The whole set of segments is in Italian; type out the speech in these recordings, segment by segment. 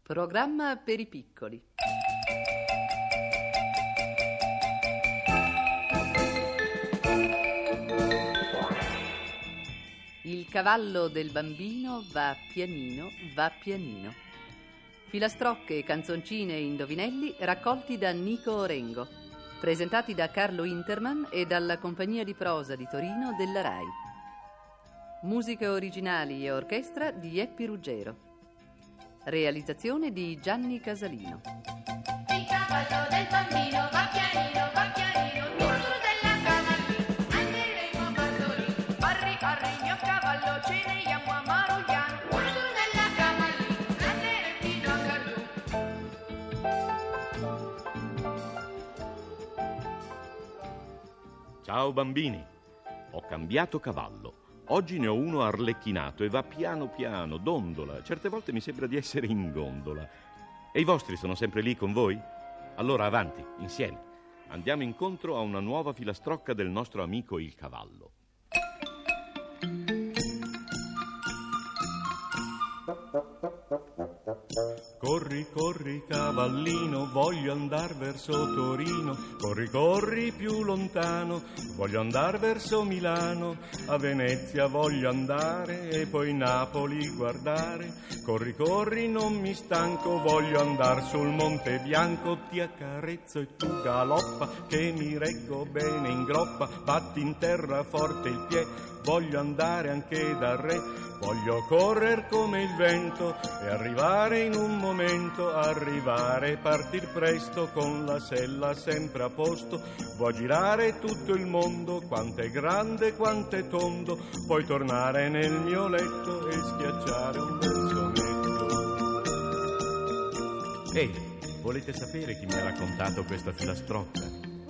Programma per i piccoli. Il cavallo del bambino va pianino, va pianino. Filastrocche, canzoncine e indovinelli raccolti da Nico Orengo, presentati da Carlo Interman e dalla compagnia di prosa di Torino della RAI. Musiche originali e orchestra di Eppi Ruggero. Realizzazione di Gianni Casalino. Il cavallo del bambino va pianino, turno della cavalli, anderemo a Bardoli, barri barri mio cavallo, ce ne andiamo a Marugliano, turno della cavalli, anderemo fino a Cardù. Ciao bambini, ho cambiato cavallo. Oggi ne ho uno arlecchinato e va piano piano, dondola. Certe volte mi sembra di essere in gondola. E i vostri sono sempre lì con voi? Allora avanti, insieme. Andiamo incontro a una nuova filastrocca del nostro amico il cavallo. Corri, corri cavallino, voglio andar verso Torino. Corri, corri più lontano, voglio andar verso Milano. A Venezia voglio andare e poi Napoli guardare. Corri, corri, non mi stanco, voglio andar sul Monte Bianco. Ti accarezzo e tu galoppa, che mi reggo bene in groppa. Batti in terra forte il piede, voglio andare anche dal re. Voglio correr come il vento e arrivare in un momento, arrivare, partir presto con la sella sempre a posto. Vuoi girare tutto il mondo, quanto è grande, quanto è tondo, poi tornare nel mio letto e schiacciare un bel sonetto. Ehi, volete sapere chi mi ha raccontato questa filastrocca?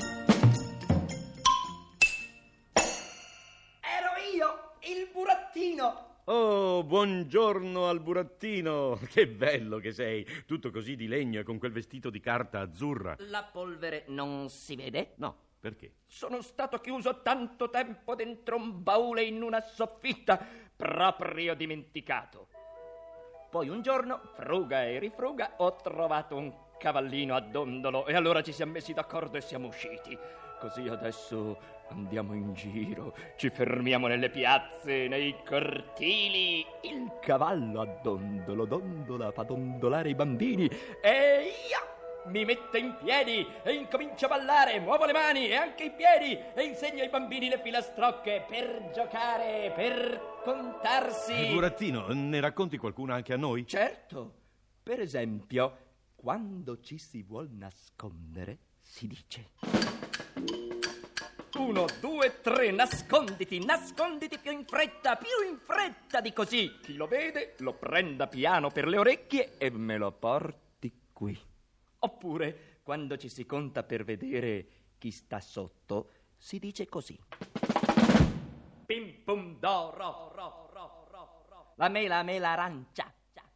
Ero io, il burattino. Oh, buongiorno al burattino! Che bello che sei, tutto così di legno e con quel vestito di carta azzurra. La polvere non si vede? No, perché? Sono stato chiuso tanto tempo dentro un baule in una soffitta, proprio dimenticato. Poi un giorno, fruga e rifruga, ho trovato un cavallino a dondolo e allora ci siamo messi d'accordo e siamo usciti. Così adesso andiamo in giro, ci fermiamo nelle piazze, nei cortili. Il cavallo a dondolo dondola, fa dondolare i bambini e io mi metto in piedi e incomincio a ballare, muovo le mani e anche i piedi e insegno ai bambini le filastrocche per giocare, per contarsi. Burattino, ne racconti qualcuna anche a noi? Certo, per esempio, quando ci si vuol nascondere si dice: 1, 2, 3, nasconditi, nasconditi più in fretta di così. Chi lo vede lo prenda piano per le orecchie e me lo porti qui. Oppure, quando ci si conta per vedere chi sta sotto, si dice così: pim pum do ro, la mela arancia.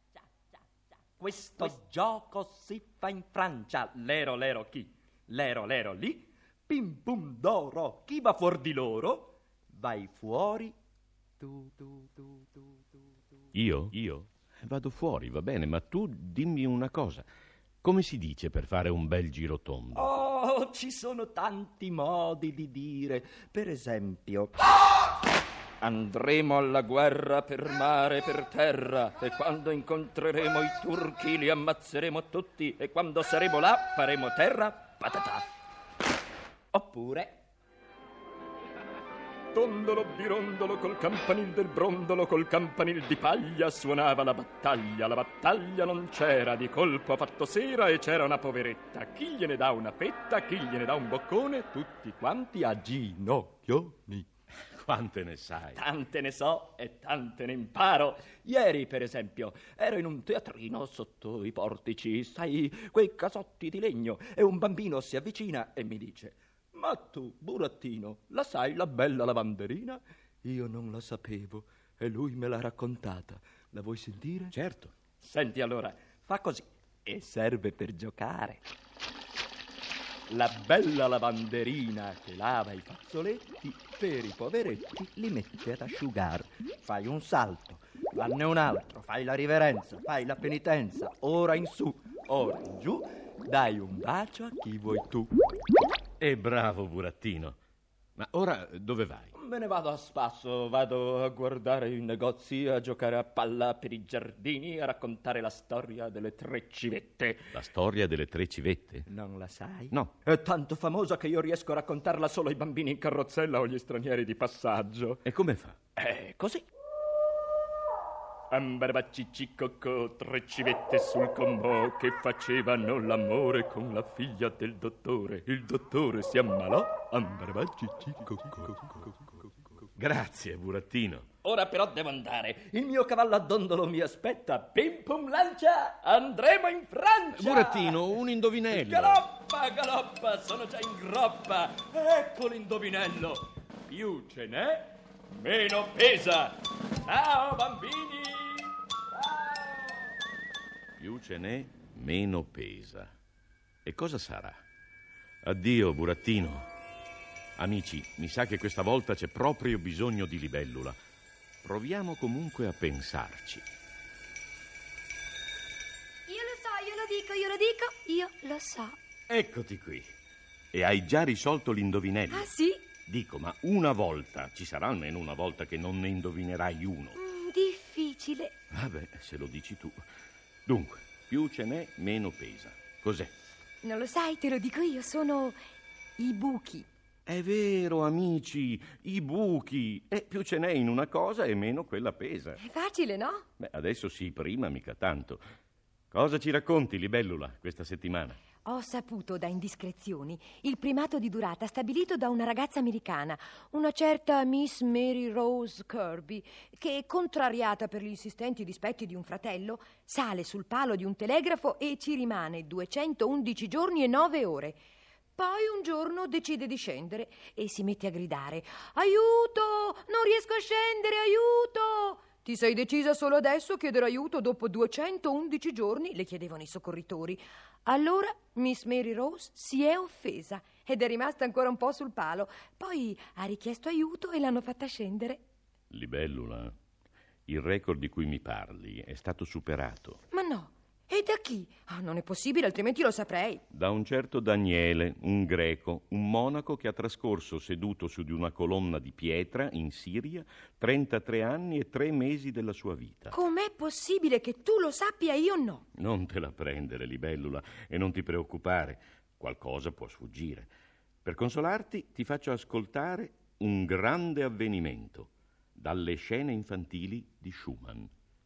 Questo gioco si fa in Francia. Lero lero chi? Lero lero lì. Pim pum d'oro, chi va fuor di loro? Vai fuori tu. Io? Vado fuori, va bene, ma tu dimmi una cosa. Come si dice per fare un bel giro tondo? Oh, ci sono tanti modi di dire. Per esempio, andremo alla guerra per mare e per terra, e quando incontreremo i turchi li ammazzeremo tutti, e quando saremo là faremo terra patatà. Oppure, dondolo birondolo col campanil del brondolo, col campanil di paglia suonava la battaglia non c'era, di colpo ha fatto sera e c'era una poveretta, chi gliene dà una fetta, chi gliene dà un boccone, tutti quanti a ginocchioni. Quante ne sai? Tante ne so e tante ne imparo. Ieri, per esempio, ero in un teatrino sotto i portici, sai, quei casotti di legno, e un bambino si avvicina e mi dice: ma tu, burattino, la sai la bella lavanderina? Io non la sapevo e lui me l'ha raccontata. La vuoi sentire? Certo. Senti allora, fa così e serve per giocare. La bella lavanderina che lava i fazzoletti, per i poveretti li mette ad asciugare. Fai un salto, vanne un altro, fai la riverenza, fai la penitenza, ora in su, ora in giù, dai un bacio a chi vuoi tu. E bravo burattino. Ma ora dove vai? Me ne vado a spasso, vado a guardare i negozi, a giocare a palla per i giardini, a raccontare la storia delle 3 civette. La storia delle 3 civette? Non la sai? No. È tanto famosa che io riesco a raccontarla solo ai bambini in carrozzella o agli stranieri di passaggio. E come fa? È così. Ambarabacicicocco, 3 civette sul comò che facevano l'amore con la figlia del dottore. Il dottore si ammalò. Ambarabacicicocco. Grazie, burattino. Ora però devo andare. Il mio cavallo a dondolo mi aspetta. Pim pum lancia, andremo in Francia. Burattino, un indovinello. Galoppa, galoppa, sono già in groppa. Ecco l'indovinello. Più ce n'è, meno pesa. Ciao bambini. Più ce n'è, meno pesa. E cosa sarà? Addio, burattino. Amici, mi sa che questa volta c'è proprio bisogno di libellula. Proviamo comunque a pensarci. Io lo so, io lo so. Eccoti qui. E hai già risolto l'indovinello. Ah, sì? Dico, ma una volta, ci sarà almeno una volta che non ne indovinerai uno. Difficile. Vabbè, se lo dici tu. Dunque, più ce n'è, meno pesa. Cos'è? Non lo sai, te lo dico io, sono i buchi. È vero, amici, i buchi. E più ce n'è in una cosa e meno quella pesa. È facile, no? Beh, adesso sì, prima mica tanto. Cosa ci racconti, libellula, questa settimana? Ho saputo da indiscrezioni il primato di durata stabilito da una ragazza americana, una certa Miss Mary Rose Kirby, che, contrariata per gli insistenti dispetti di un fratello, sale sul palo di un telegrafo e ci rimane 211 giorni e 9 ore. Poi un giorno decide di scendere e si mette a gridare: «Aiuto! Non riesco a scendere, aiuto!» «Ti sei decisa solo adesso a chiedere aiuto dopo 211 giorni?» le chiedevano i soccorritori. Allora Miss Mary Rose si è offesa ed è rimasta ancora un po' sul palo. Poi ha richiesto aiuto e l'hanno fatta scendere. Libellula, il record di cui mi parli è stato superato. Ma no, e da chi? Non è possibile, altrimenti lo saprei. Da un certo Daniele, un greco, un monaco che ha trascorso seduto su di una colonna di pietra in Siria 33 anni e 3 mesi della sua vita. Com'è possibile che tu lo sappia e io no? Non te la prendere, libellula, e non ti preoccupare, qualcosa può sfuggire. Per consolarti ti faccio ascoltare un grande avvenimento dalle scene infantili di Schumann.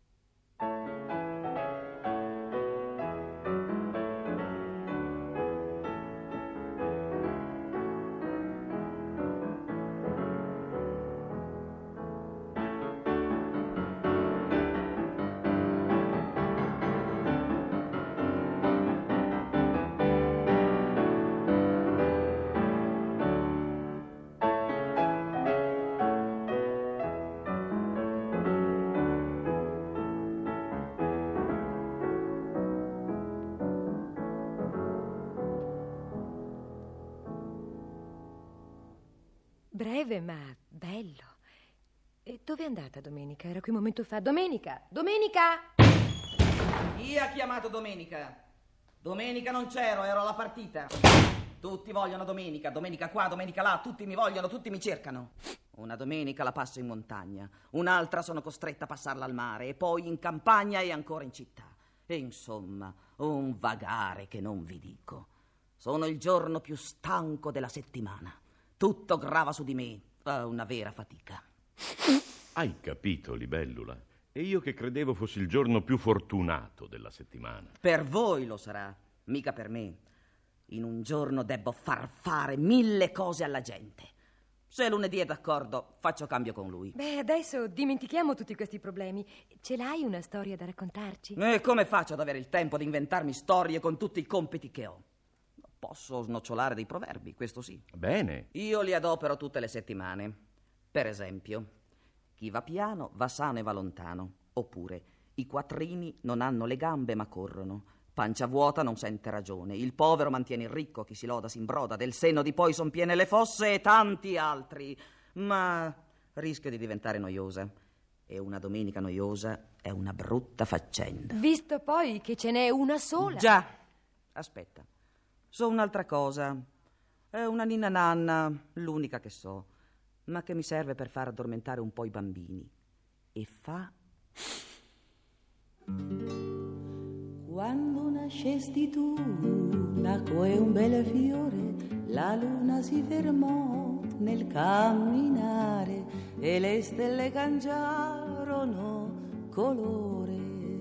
Breve ma bello. E dove è andata Domenica? Era qui un momento fa. Domenica! Domenica! Chi ha chiamato Domenica? Domenica non c'ero, ero alla partita. Tutti vogliono Domenica, Domenica qua, Domenica là, tutti mi vogliono, tutti mi cercano. Una domenica la passo in montagna, un'altra sono costretta a passarla al mare, e poi in campagna e ancora in città. E insomma, un vagare che non vi dico. Sono il giorno più stanco della settimana. Tutto grava su di me, una vera fatica. Hai capito, libellula? E io che credevo fosse il giorno più fortunato della settimana. Per voi lo sarà, mica per me. In un giorno debbo far fare 1000 cose alla gente. Se lunedì è d'accordo, faccio cambio con lui. Beh, adesso dimentichiamo tutti questi problemi. Ce l'hai una storia da raccontarci? E come faccio ad avere il tempo di inventarmi storie con tutti i compiti che ho? Posso snocciolare dei proverbi, questo sì. Bene. Io li adopero tutte le settimane. Per esempio, chi va piano va sano e va lontano. Oppure, i quattrini non hanno le gambe ma corrono. Pancia vuota non sente ragione. Il povero mantiene il ricco, chi si loda si imbroda. Del senno di poi son piene le fosse e tanti altri. Ma rischio di diventare noiosa. E una domenica noiosa è una brutta faccenda. Visto poi che ce n'è una sola. Già, aspetta. So un'altra cosa. È una ninna nanna, l'unica che so, ma che mi serve per far addormentare un po' i bambini. E fa... Quando nascesti tu, nacque un bel fiore, la luna si fermò nel camminare e le stelle cangiarono colore.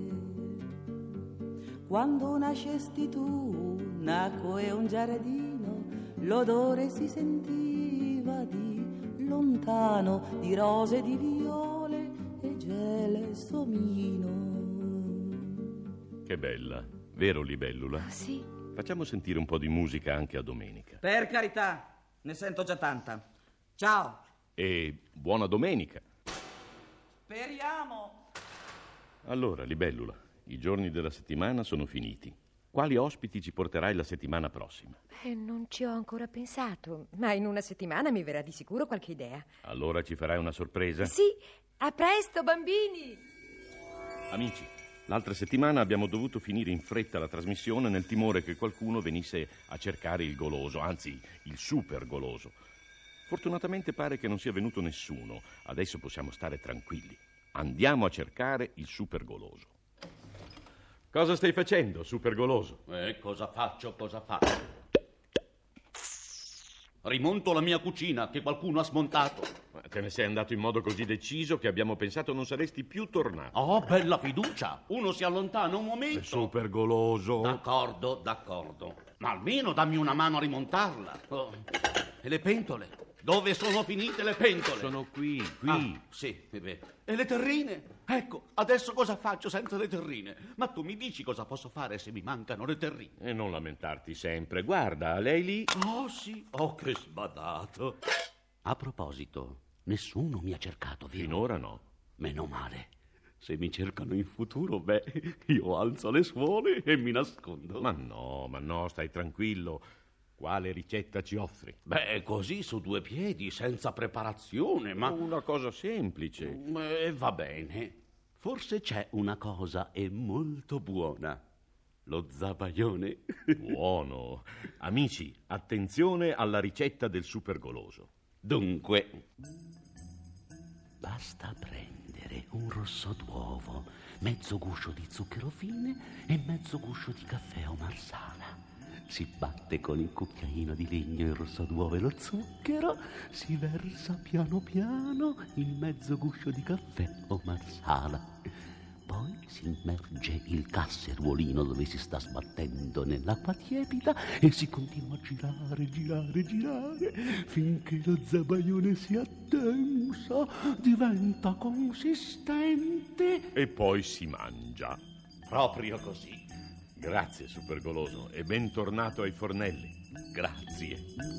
Quando nascesti tu, nacque un giardino, l'odore si sentiva di lontano, di rose, di viole e gelsomino. Che bella, vero libellula? Sì. Facciamo sentire un po' di musica anche a Domenica. Per carità, ne sento già tanta. Ciao. E buona domenica. Speriamo. Allora, libellula, i giorni della settimana sono finiti. Quali ospiti ci porterai la settimana prossima? Non ci ho ancora pensato, ma in una settimana mi verrà di sicuro qualche idea. Allora ci farai una sorpresa? Sì, a presto, bambini! Amici, l'altra settimana abbiamo dovuto finire in fretta la trasmissione nel timore che qualcuno venisse a cercare il goloso, anzi il super goloso. Fortunatamente pare che non sia venuto nessuno. Adesso possiamo stare tranquilli. Andiamo a cercare il super goloso. Cosa stai facendo, super goloso? Cosa faccio? Rimonto la mia cucina che qualcuno ha smontato. Ma te ne sei andato in modo così deciso che abbiamo pensato non saresti più tornato. Oh, bella fiducia. Uno si allontana un momento. Super goloso. D'accordo. Ma almeno dammi una mano a rimontarla. Oh. E le pentole? Dove sono finite le pentole? Sono qui. Ah, sì, beh. E le terrine? Ecco, adesso cosa faccio senza le terrine? Ma tu mi dici cosa posso fare se mi mancano le terrine? E non lamentarti sempre. Guarda, lei lì... Oh, sì. Oh, che sbadato. A proposito, nessuno mi ha cercato, vero? Finora no. Meno male. Se mi cercano in futuro, beh, io alzo le suole e mi nascondo. Ma no, stai tranquillo. Quale ricetta ci offri? Beh, così su due piedi, senza preparazione, ma... Una cosa semplice. Va bene. Forse c'è una cosa e molto buona. Lo zabaione. Buono. Amici, attenzione alla ricetta del super goloso. Dunque, basta prendere un rosso d'uovo, mezzo guscio di zucchero fine e mezzo guscio di caffè o marsala. Si batte con il cucchiaino di legno il rosso d'uovo e lo zucchero, si versa piano piano il mezzo guscio di caffè o marsala. Poi si immerge il casseruolino dove si sta sbattendo nell'acqua tiepida e si continua a girare finché lo zabaione si addensa, diventa consistente E poi si mangia. proprio così. Grazie, super goloso, e bentornato ai fornelli. Grazie.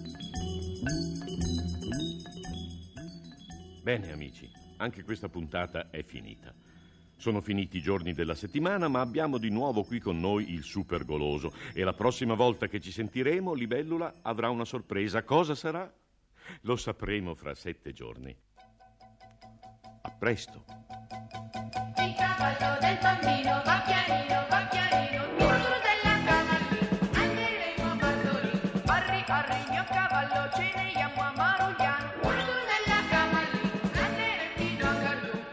Bene, amici, anche questa puntata è finita. Sono finiti i giorni della settimana, ma abbiamo di nuovo qui con noi il super goloso. E la prossima volta che ci sentiremo, Libellula avrà una sorpresa. Cosa sarà? Lo sapremo fra 7 giorni. A presto. Il cavallo del bambino va pianino, dentro della casa lì. Anderemo a Baldoni, arri, mio cavallo, ce ne andiamo a Marugliano. Dentro della casa lì, anderemo fino a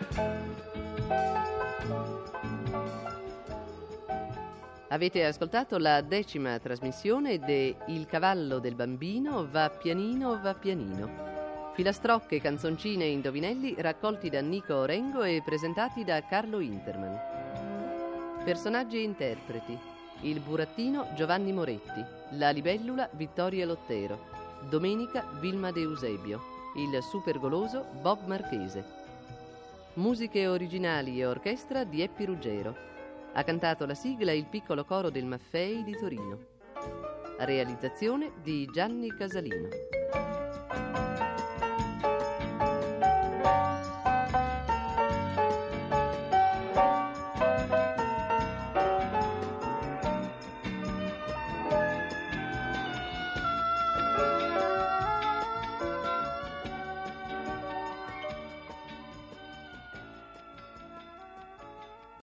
Cardù. Avete ascoltato la 10ª trasmissione de Il cavallo del bambino va pianino. Filastrocche, canzoncine e indovinelli raccolti da Nico Orengo e presentati da Carlo Interman. Personaggi e interpreti: il burattino Giovanni Moretti, la libellula Vittoria Lottero, Domenica Vilma De Eusebio, il super goloso Bob Marchese. Musiche originali e orchestra di Eppi Ruggero. Ha cantato la sigla il piccolo coro del Maffei di Torino. Realizzazione di Gianni Casalino.